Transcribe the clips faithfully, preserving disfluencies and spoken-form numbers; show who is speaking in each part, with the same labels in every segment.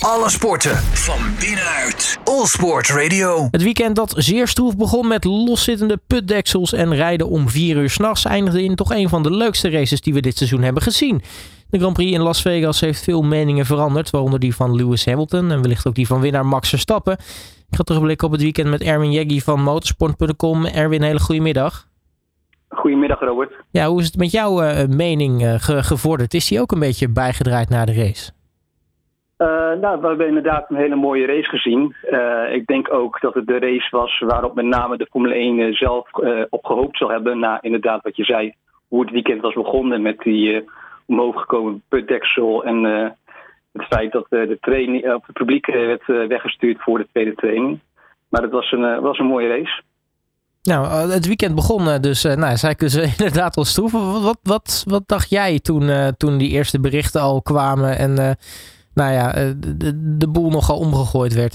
Speaker 1: Alle sporten van binnenuit. All Sport Radio.
Speaker 2: Het weekend dat zeer stroef begon met loszittende putdeksels en rijden om vier uur 's nachts eindigde in toch een van de leukste races die we dit seizoen hebben gezien. De Grand Prix in Las Vegas heeft veel meningen veranderd, waaronder die van Lewis Hamilton en wellicht ook die van winnaar Max Verstappen. Ik ga terugblikken op het weekend met Erwin Jeggi van motorsport punt com. Erwin, hele goede middag.
Speaker 3: Goedemiddag, Robert.
Speaker 2: Ja, hoe is het met jouw uh, mening uh, ge- gevorderd? Is die ook een beetje bijgedraaid na de race?
Speaker 3: Uh, nou, we hebben inderdaad een hele mooie race gezien. Uh, ik denk ook dat het de race was waarop met name de Formule één uh, zelf uh, op gehoopt zal hebben. Na inderdaad wat je zei, hoe het weekend was begonnen met die uh, omhoog gekomen putdeksel. En uh, het feit dat uh, de training, uh, het publiek uh, werd uh, weggestuurd voor de tweede training. Maar het was een, uh, was een mooie race.
Speaker 2: Nou, het weekend begon dus, uh, nou, zei ik dus uh, inderdaad al stroef. Wat, wat, wat, wat dacht jij toen, uh, toen die eerste berichten al kwamen en uh, nou ja, uh, de, de boel nogal omgegooid werd?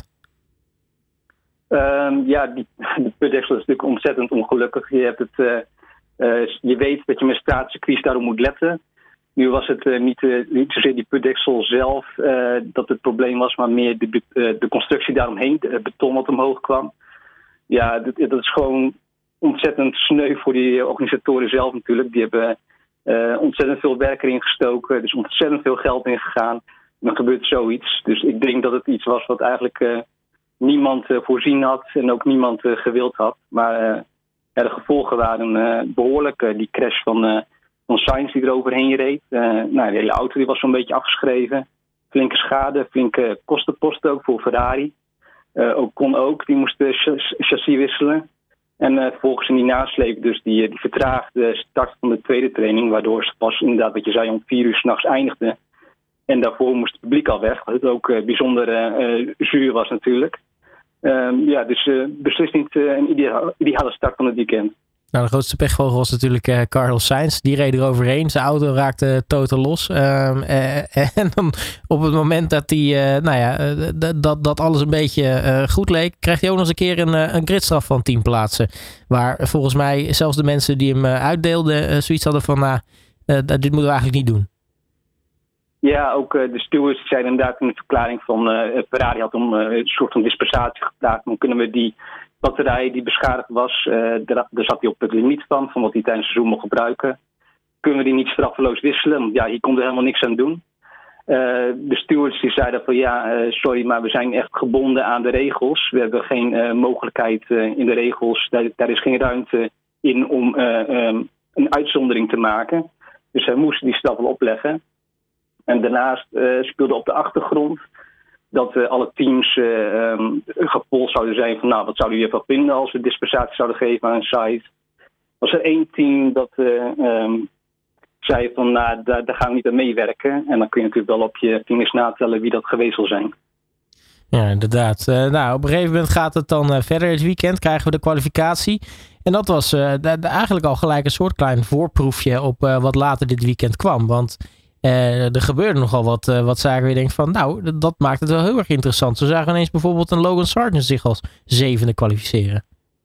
Speaker 3: Um, ja, die, die putdeksel is natuurlijk ontzettend ongelukkig. Je, hebt het, uh, uh, je weet dat je met straatcircuits daarop moet letten. Nu was het uh, niet, uh, niet zozeer die putdeksel zelf uh, dat het probleem was, maar meer de, uh, de constructie daaromheen, de beton wat omhoog kwam. Ja, dat, dat is gewoon ontzettend sneu voor die organisatoren zelf natuurlijk. Die hebben uh, ontzettend veel werk erin gestoken. Er is ontzettend veel geld in gegaan. Dan gebeurt zoiets. Dus ik denk dat het iets was wat eigenlijk uh, niemand uh, voorzien had en ook niemand uh, gewild had. Maar uh, ja, de gevolgen waren uh, behoorlijk. Uh, die crash van, uh, van Sainz die er overheen reed. Uh, nou, de hele auto die was zo'n beetje afgeschreven. Flinke schade, flinke kostenposten ook voor Ferrari. Uh, ook kon ook, die moest de ch- chassis wisselen. En uh, vervolgens in die nasleep, dus die, die vertraagde start van de tweede training, waardoor ze pas inderdaad, wat je zei, om vier uur 's nachts eindigde. En daarvoor moest het publiek al weg, wat het ook uh, bijzonder uh, zuur was natuurlijk. Um, ja, dus uh, beslist niet uh, een ideale, ideale start van het weekend.
Speaker 2: Nou, de grootste pechvogel was natuurlijk uh, Carlos Sainz. Die reed er overheen. Zijn auto raakte totaal los. Um, uh, en dan op het moment dat, die, uh, nou ja, uh, d- dat, dat alles een beetje uh, goed leek, kreeg hij ook nog eens een keer een, uh, een gridstraf van tien plaatsen. Waar volgens mij zelfs de mensen die hem uh, uitdeelden uh, zoiets hadden van, nou, uh, dit moeten we eigenlijk niet doen.
Speaker 3: Ja, ook uh, de stewards zeiden inderdaad in de verklaring van uh, Ferrari had om uh, een soort van dispensatie gevraagd. Dan kunnen we die batterij die beschadigd was, uh, daar, daar zat hij op het limiet van, van wat hij tijdens het seizoen mocht gebruiken. Kunnen we die niet straffeloos wisselen? Want ja, hier kon er helemaal niks aan doen. Uh, de stewards die zeiden van ja, uh, sorry, maar we zijn echt gebonden aan de regels. We hebben geen uh, mogelijkheid uh, in de regels, daar, daar is geen ruimte in om uh, um, een uitzondering te maken. Dus hij moest die straf wel opleggen. En daarnaast uh, speelde op de achtergrond dat uh, alle teams uh, um, gepolst zouden zijn van nou, wat zouden jullie ervan vinden als we dispensatie zouden geven aan een site. Was er één team dat uh, um, zei van nou, daar, daar gaan we niet aan meewerken. En dan kun je natuurlijk wel op je vingers natellen wie dat geweest zal zijn.
Speaker 2: Ja, inderdaad. Uh, nou, op een gegeven moment gaat het dan uh, verder het weekend, krijgen we de kwalificatie. En dat was uh, de, de, eigenlijk al gelijk een soort klein voorproefje op uh, wat later dit weekend kwam. Want Uh, er gebeurde nogal wat, uh, wat zagen we je denkt van, nou, dat, dat maakt het wel heel erg interessant. Zo zagen we ineens bijvoorbeeld een Logan Sargent zich als zevende kwalificeren.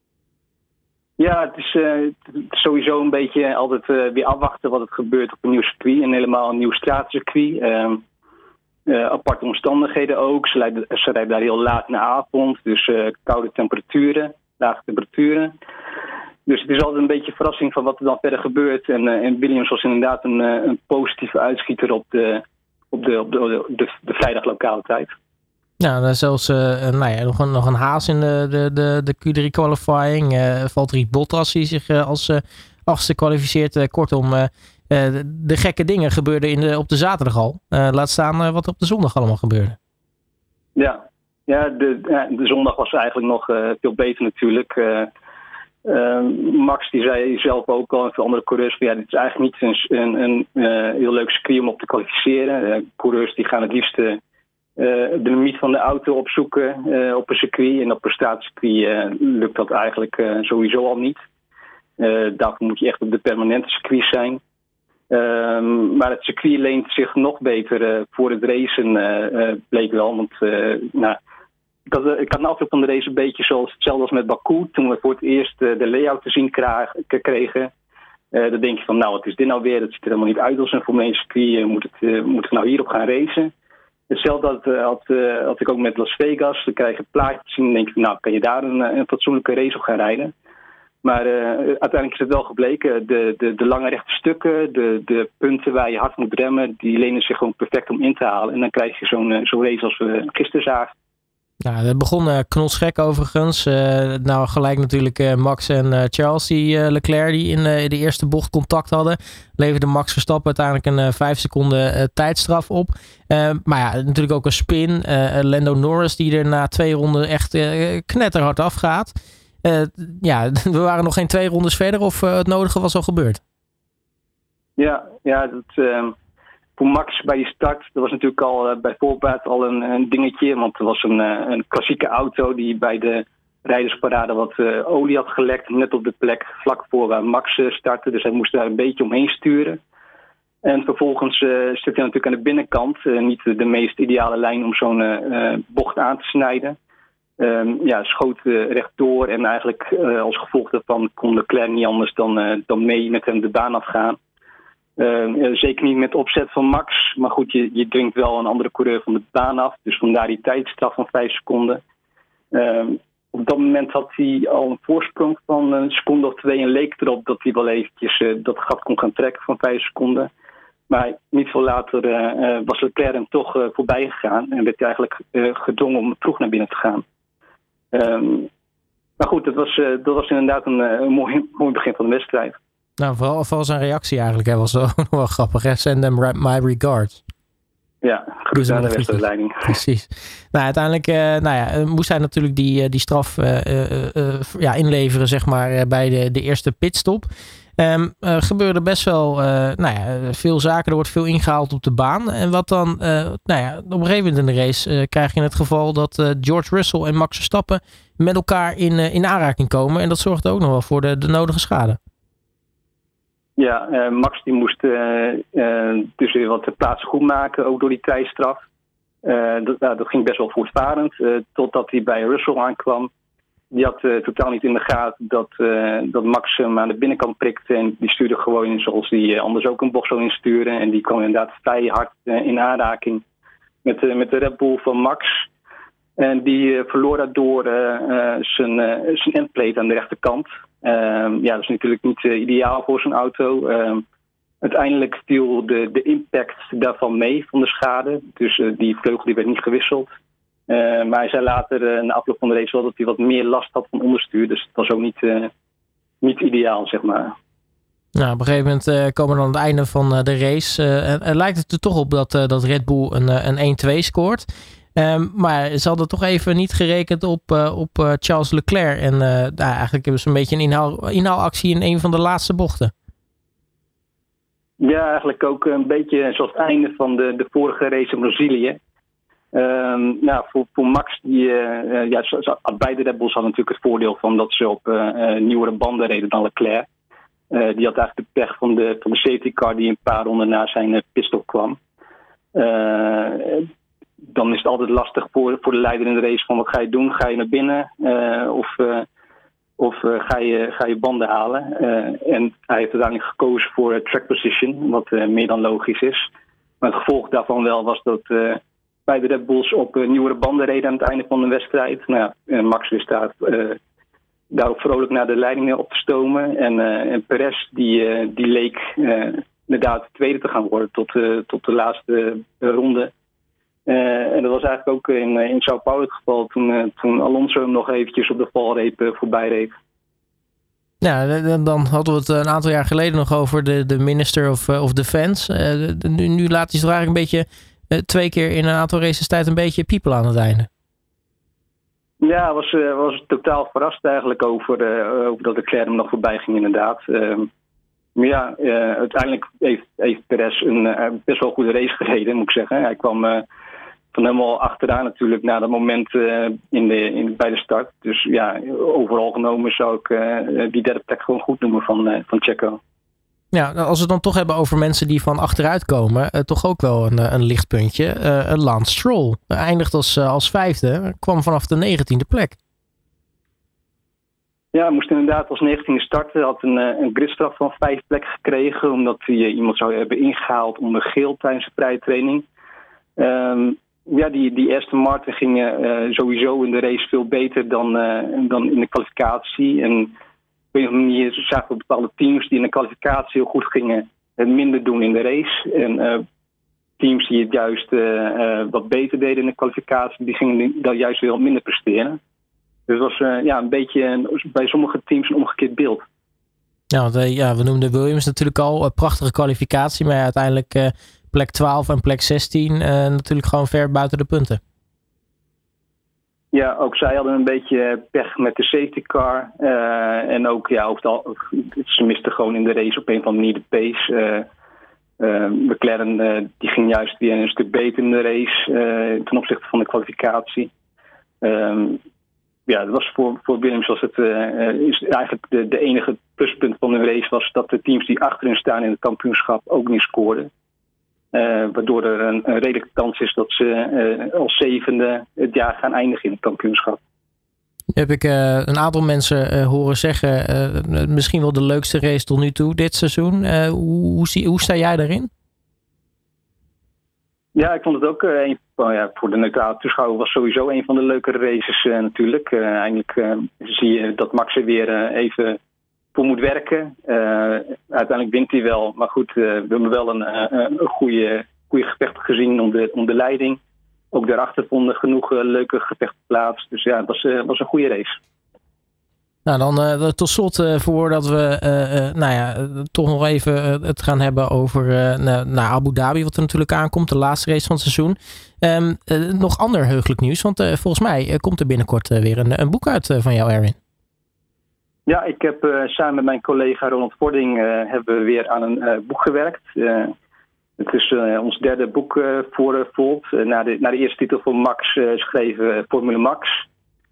Speaker 3: Ja, het is, uh, het is sowieso een beetje altijd uh, weer afwachten wat er gebeurt op een nieuw circuit. En helemaal een nieuw straatcircuit. Uh, uh, aparte omstandigheden ook. Ze rijden, ze rijden daar heel laat in de avond. Dus uh, koude temperaturen, lage temperaturen. Dus het is altijd een beetje verrassing van wat er dan verder gebeurt. En, uh, en Williams was inderdaad een, uh, een positieve uitschieter op de, op de, op de, de, de vrijdag lokale tijd.
Speaker 2: Nou, dan zelfs uh, nou ja, nog, een, nog een haas in de, de, de, de Q drie qualifying. Uh, Valtteri Bottas die zich uh, als uh, achtste kwalificeert. Uh, kortom, uh, uh, de, de gekke dingen gebeurden in de, op de zaterdag al. Uh, laat staan uh, wat er op de zondag allemaal gebeurde.
Speaker 3: Ja, ja, de, ja de zondag was eigenlijk nog uh, veel beter natuurlijk. Uh, Uh, Max die zei zelf ook al en veel andere coureurs van ja, dit is eigenlijk niet een, een, een uh, heel leuk circuit om op te kwalificeren. Uh, coureurs die gaan het liefst uh, de limiet van de auto opzoeken uh, op een circuit. En op een straatcircuit uh, lukt dat eigenlijk uh, sowieso al niet. Uh, daarvoor moet je echt op de permanente circuit zijn. Uh, maar het circuit leent zich nog beter uh, voor het racen, uh, uh, bleek wel. Want uh, nou, ik had, ik had een afloop van de race een beetje zoals hetzelfde als met Baku. Toen we voor het eerst uh, de layout te zien kraag, kregen. Uh, dan denk je van, nou wat is dit nou weer? Dat ziet er helemaal niet uit als een Formule één circuit. Uh, moet, het, uh, moet het nou hierop gaan racen? Hetzelfde had, had, uh, had ik ook met Las Vegas. Dan krijg je plaatjes en dan denk ik, nou, kan je daar een, een fatsoenlijke race op gaan rijden? Maar uh, uiteindelijk is het wel gebleken. De, de, de lange rechte stukken, de, de punten waar je hard moet remmen, die lenen zich gewoon perfect om in te halen. En dan krijg je zo'n, zo'n race als we gisteren zagen.
Speaker 2: Nou, het begon uh, knotsgek overigens. Uh, nou, gelijk natuurlijk uh, Max en uh, Charles, die uh, Leclerc, die in uh, de eerste bocht contact hadden. Leverde Max Verstappen uiteindelijk een uh, vijf seconden uh, tijdstraf op. Uh, maar ja, natuurlijk ook een spin. Uh, Lando Norris, die er na twee ronden echt uh, knetterhard afgaat. Uh, ja, we waren nog geen twee rondes verder of uh, het nodige was al gebeurd.
Speaker 3: Ja, ja dat... Uh... Voor Max bij die start, dat was natuurlijk al uh, bij voorbaat al een, een dingetje. Want er was een, uh, een klassieke auto die bij de rijdersparade wat uh, olie had gelekt. Net op de plek vlak voor waar Max uh, startte. Dus hij moest daar een beetje omheen sturen. En vervolgens uh, zit hij natuurlijk aan de binnenkant. Uh, niet de meest ideale lijn om zo'n uh, bocht aan te snijden. Um, ja, schoot uh, rechtdoor. En eigenlijk uh, als gevolg daarvan kon Leclerc niet anders dan, uh, dan mee met hem de baan afgaan. Uh, zeker niet met opzet van Max. Maar goed, je, je dringt wel een andere coureur van de baan af. Dus vandaar die tijdstraf van vijf seconden. Uh, op dat moment had hij al een voorsprong van een seconde of twee. En leek erop dat hij wel eventjes uh, dat gat kon gaan trekken van vijf seconden. Maar niet veel later uh, uh, was Leclerc hem toch uh, voorbij gegaan. En werd hij eigenlijk uh, gedwongen om vroeg naar binnen te gaan. Um, maar goed, dat was, uh, dat was inderdaad een, een mooi, mooi begin van de wedstrijd.
Speaker 2: Nou, vooral, vooral zijn reactie eigenlijk hè, was wel, wel grappig. Hè? Send them my regards.
Speaker 3: Ja, goed aan de wedstrijdleiding.
Speaker 2: Precies. Nou, uiteindelijk uh, nou ja, moest hij natuurlijk die, die straf uh, uh, uh, ja, inleveren zeg maar, uh, bij de, de eerste pitstop. Um, uh, gebeurde best wel uh, nou ja, veel zaken. Er wordt veel ingehaald op de baan. En wat dan, uh, nou ja, op een gegeven moment in de race uh, krijg je het geval dat uh, George Russell en Max Verstappen met elkaar in, uh, in aanraking komen. En dat zorgde ook nog wel voor de, de nodige schade.
Speaker 3: Ja, uh, Max die moest uh, uh, dus weer wat plaatsen goed maken, ook door die tijdstraf. Uh, dat, uh, dat ging best wel voortvarend, uh, totdat hij bij Russell aankwam. Die had uh, totaal niet in de gaten dat, uh, dat Max hem aan de binnenkant prikte. En die stuurde gewoon in zoals hij uh, anders ook een bocht zou insturen. En die kwam inderdaad vrij hard uh, in aanraking met, uh, met de Red Bull van Max. En die uh, verloor daardoor uh, uh, zijn, uh, zijn endplate aan de rechterkant. Um, ja, dat is natuurlijk niet uh, ideaal voor zo'n auto. Um, uiteindelijk viel de, de impact daarvan mee, van de schade. Dus uh, die vleugel die werd niet gewisseld. Uh, maar hij zei later uh, na afloop van de race wel dat hij wat meer last had van onderstuur. Dus het was ook niet, uh, niet ideaal, zeg maar.
Speaker 2: Nou, op een gegeven moment uh, komen we dan aan het einde van uh, de race. Uh, en, en lijkt het er toch op dat, uh, dat Red Bull een, een één twee scoort. Um, maar ze hadden toch even niet gerekend op, uh, op uh, Charles Leclerc. En uh, nou, eigenlijk hebben ze een beetje een inhaal, inhaalactie in een van de laatste bochten.
Speaker 3: Ja, eigenlijk ook een beetje zoals het einde van de, de vorige race in Brazilië. Um, nou, voor, voor Max, die, uh, ja, zo, zo, beide Red Bulls hadden natuurlijk het voordeel van dat ze op uh, uh, nieuwere banden reden dan Leclerc. Uh, die had eigenlijk de pech van de, van de safety car die een paar ronden na zijn uh, pitstop kwam. Uh, dan is het altijd lastig voor, voor de leider in de race van wat ga je doen? Ga je naar binnen uh, of, uh, of uh, ga, je, ga je banden halen? Uh, en hij heeft uiteindelijk gekozen voor uh, track position, wat uh, meer dan logisch is. Maar het gevolg daarvan wel was dat uh, beide Red Bulls op uh, nieuwere banden reden aan het einde van de wedstrijd. Nou, uh, Max wist daar, uh, daarop vrolijk naar de leidingen op te stomen. En, uh, en Perez die, uh, die leek uh, inderdaad tweede te gaan worden tot, uh, tot de laatste uh, ronde. Uh, en dat was eigenlijk ook in, in Sao Paulo het geval toen, uh, toen Alonso hem nog eventjes op de valreep uh, voorbij reed.
Speaker 2: Ja, dan hadden we het een aantal jaar geleden nog over de, de Minister of, uh, of Defense. Uh, de, nu, nu laat hij zich eigenlijk een beetje uh, twee keer in een aantal races tijd een beetje piepelen aan het einde.
Speaker 3: Ja, was, uh, was totaal verrast eigenlijk over, uh, over dat Leclerc hem nog voorbij ging inderdaad. Uh, maar ja, uh, uiteindelijk heeft, heeft Perez een uh, best wel goede race gereden, moet ik zeggen. Hij kwam uh, van helemaal achteraan natuurlijk na dat moment uh, in de, in, bij de start. Dus ja, overal genomen zou ik uh, die derde plek gewoon goed noemen van, uh, van Checo.
Speaker 2: Ja, als we het dan toch hebben over mensen die van achteruit komen, uh, toch ook wel een, een lichtpuntje. Uh, Lance Stroll eindigt als, uh, als vijfde, kwam vanaf de negentiende plek.
Speaker 3: Ja, hij moest inderdaad als negentiende starten. Had een, een gridstraf van vijf plekken gekregen, omdat hij uh, iemand zou hebben ingehaald onder geel tijdens de vrije training. Um, ja, die, die Aston Martin ging uh, sowieso in de race veel beter dan, uh, dan in de kwalificatie. En op een of andere manier zagen we bepaalde teams die in de kwalificatie heel goed gingen, het minder doen in de race. En uh, teams die het juist uh, uh, wat beter deden in de kwalificatie, die gingen dan juist weer wat minder presteren. Dus het was uh, ja, een beetje bij sommige teams een omgekeerd beeld.
Speaker 2: Ja, want, uh, ja, we noemden Williams natuurlijk al een prachtige kwalificatie, maar uiteindelijk uh, plek twaalf en plek zestien uh, natuurlijk gewoon ver buiten de punten.
Speaker 3: Ja, ook zij hadden een beetje pech met de safety car. Uh, en ook, ja, ook al, ze misten gewoon in de race op een of andere manier de pace. Uh, uh, McLaren uh, die ging juist weer een stuk beter in de race uh, ten opzichte van de kwalificatie. Um, ja, dat was voor, voor Williams was het uh, is eigenlijk de, de enige pluspunt van hun race was dat de teams die achter hun staan in het kampioenschap ook niet scoorden. Uh, waardoor er een, een redelijke kans is dat ze uh, als zevende het jaar gaan eindigen in het kampioenschap.
Speaker 2: Heb ik uh, een aantal mensen uh, horen zeggen, uh, misschien wel de leukste race tot nu toe dit seizoen. Uh, hoe, hoe, zie, hoe sta jij daarin?
Speaker 3: Ja, ik vond het ook uh, een, oh ja, voor de neutrale toeschouwer was sowieso een van de leukere races uh, natuurlijk. Uh, eindelijk uh, zie je dat Max er weer uh, even voor moet werken. Uh, uiteindelijk wint hij wel. Maar goed, uh, we hebben wel een, uh, een goede, goede gevecht gezien om de, om de leiding. Ook daarachter vonden genoeg uh, leuke gevechten plaats. Dus ja, het was, uh, was een goede race.
Speaker 2: Nou, dan uh, tot slot uh, voordat we uh, uh, nou ja, uh, toch nog even uh, het gaan hebben over uh, naar, naar Abu Dhabi, wat er natuurlijk aankomt, de laatste race van het seizoen. Um, uh, nog ander heugelijk nieuws, want uh, volgens mij uh, komt er binnenkort uh, weer een, een boek uit uh, van jou, Erwin. Ja, ik heb uh, samen met mijn collega Ronald Vording uh, hebben we weer aan een uh, boek gewerkt. Uh, het is uh, ons derde boek uh, voor uh, Volt. Uh, na, de, na de eerste titel voor Max uh, schreven uh, Formule Max.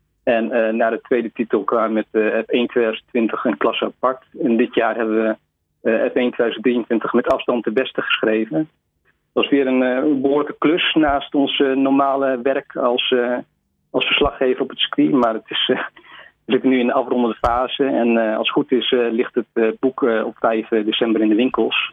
Speaker 2: En uh, na de tweede titel kwamen met uh, F één twintig twintig een klasse apart. En dit jaar hebben we uh, F één twintig drieëntwintig met afstand de beste geschreven. Dat was weer een uh, behoorlijke klus naast ons uh, normale werk als, uh, als verslaggever op het circuit. Maar het is... Uh, We zitten nu in de afrondende fase en uh, als het goed is uh, ligt het uh, boek uh, op vijf december in de winkels.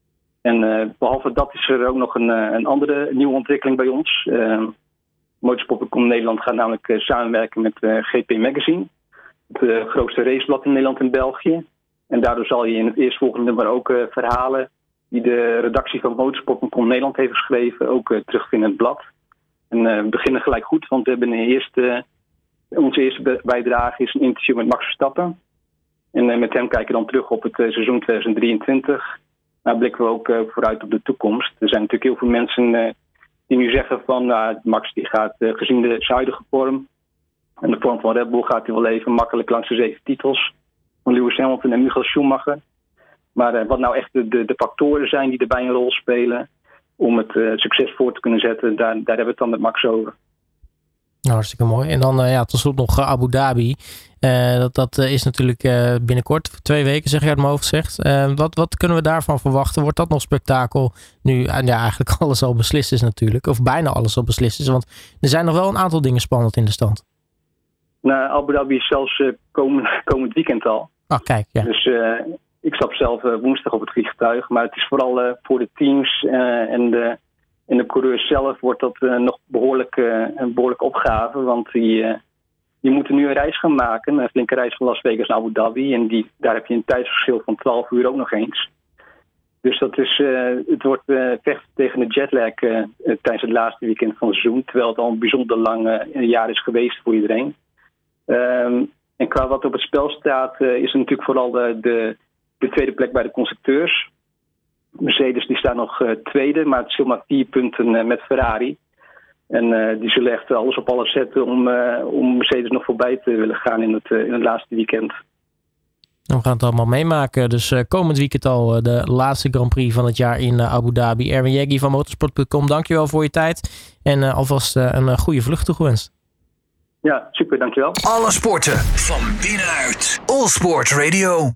Speaker 2: En uh, behalve dat is er ook nog een, uh, een andere nieuwe ontwikkeling bij ons. Uh, Motorsport punt com Nederland gaat namelijk uh, samenwerken met uh, G P Magazine. Het uh, grootste raceblad in Nederland en België. En daardoor zal je in het eerstvolgende nummer ook uh, verhalen die de redactie van Motorsport punt com Nederland heeft geschreven ook uh, terugvinden in het blad. En uh, we beginnen gelijk goed, want we hebben een eerste... Uh, Onze eerste bijdrage is een interview met Max Verstappen. En uh, met hem kijken we dan terug op het uh, seizoen twintig drieëntwintig. Maar blikken we ook uh, vooruit op de toekomst. Er zijn natuurlijk heel veel mensen uh, die nu zeggen van... Uh, Max die gaat uh, gezien de huidige vorm... en de vorm van Red Bull gaat hij wel even makkelijk langs de zeven titels... van Lewis Hamilton en Michael Schumacher. Maar uh, wat nou echt de, de, de factoren zijn die erbij een rol spelen... om het uh, succes voor te kunnen zetten, daar, daar hebben we het dan met Max over. Nou, hartstikke mooi. En dan uh, ja, tot slot nog uh, Abu Dhabi. Uh, dat dat uh, is natuurlijk uh, binnenkort, twee weken zeg je uit mijn hoofd zegt. Uh, wat, wat kunnen we daarvan verwachten? Wordt dat nog spektakel? Nu uh, ja, eigenlijk alles al beslist is natuurlijk. Of bijna alles al beslist is. Want er zijn nog wel een aantal dingen spannend in de stand.
Speaker 3: Nou, Abu Dhabi is zelfs uh, komend, komend weekend al.
Speaker 2: Ah, kijk, ja.
Speaker 3: Dus uh, ik stap zelf uh, woensdag op het vliegtuig. Maar het is vooral uh, voor de teams uh, en de... En de coureurs zelf wordt dat uh, nog behoorlijk, uh, een behoorlijke opgave. Want die, uh, die moeten nu een reis gaan maken. Een flinke reis van Las Vegas naar Abu Dhabi. En die, daar heb je een tijdsverschil van twaalf uur ook nog eens. Dus dat is, uh, het wordt uh, vechten tegen de jetlag uh, tijdens het laatste weekend van het seizoen. Terwijl het al een bijzonder lang uh, jaar is geweest voor iedereen. Um, en qua wat op het spel staat uh, is er natuurlijk vooral de, de, de tweede plek bij de constructeurs. Mercedes die staat nog uh, tweede, maar het scheelt maar vier punten uh, met Ferrari. En uh, die zullen echt alles op alles zetten om, uh, om Mercedes nog voorbij te willen gaan in het, uh, in het laatste weekend.
Speaker 2: We gaan het allemaal meemaken. Dus uh, komend weekend al uh, de laatste Grand Prix van het jaar in uh, Abu Dhabi. Erwin Jeggi van motorsport punt com, dankjewel voor je tijd. En uh, alvast uh, een uh, goede vlucht toegewenst.
Speaker 3: Ja, super, dankjewel.
Speaker 1: Alle sporten van binnenuit. All Sport Radio.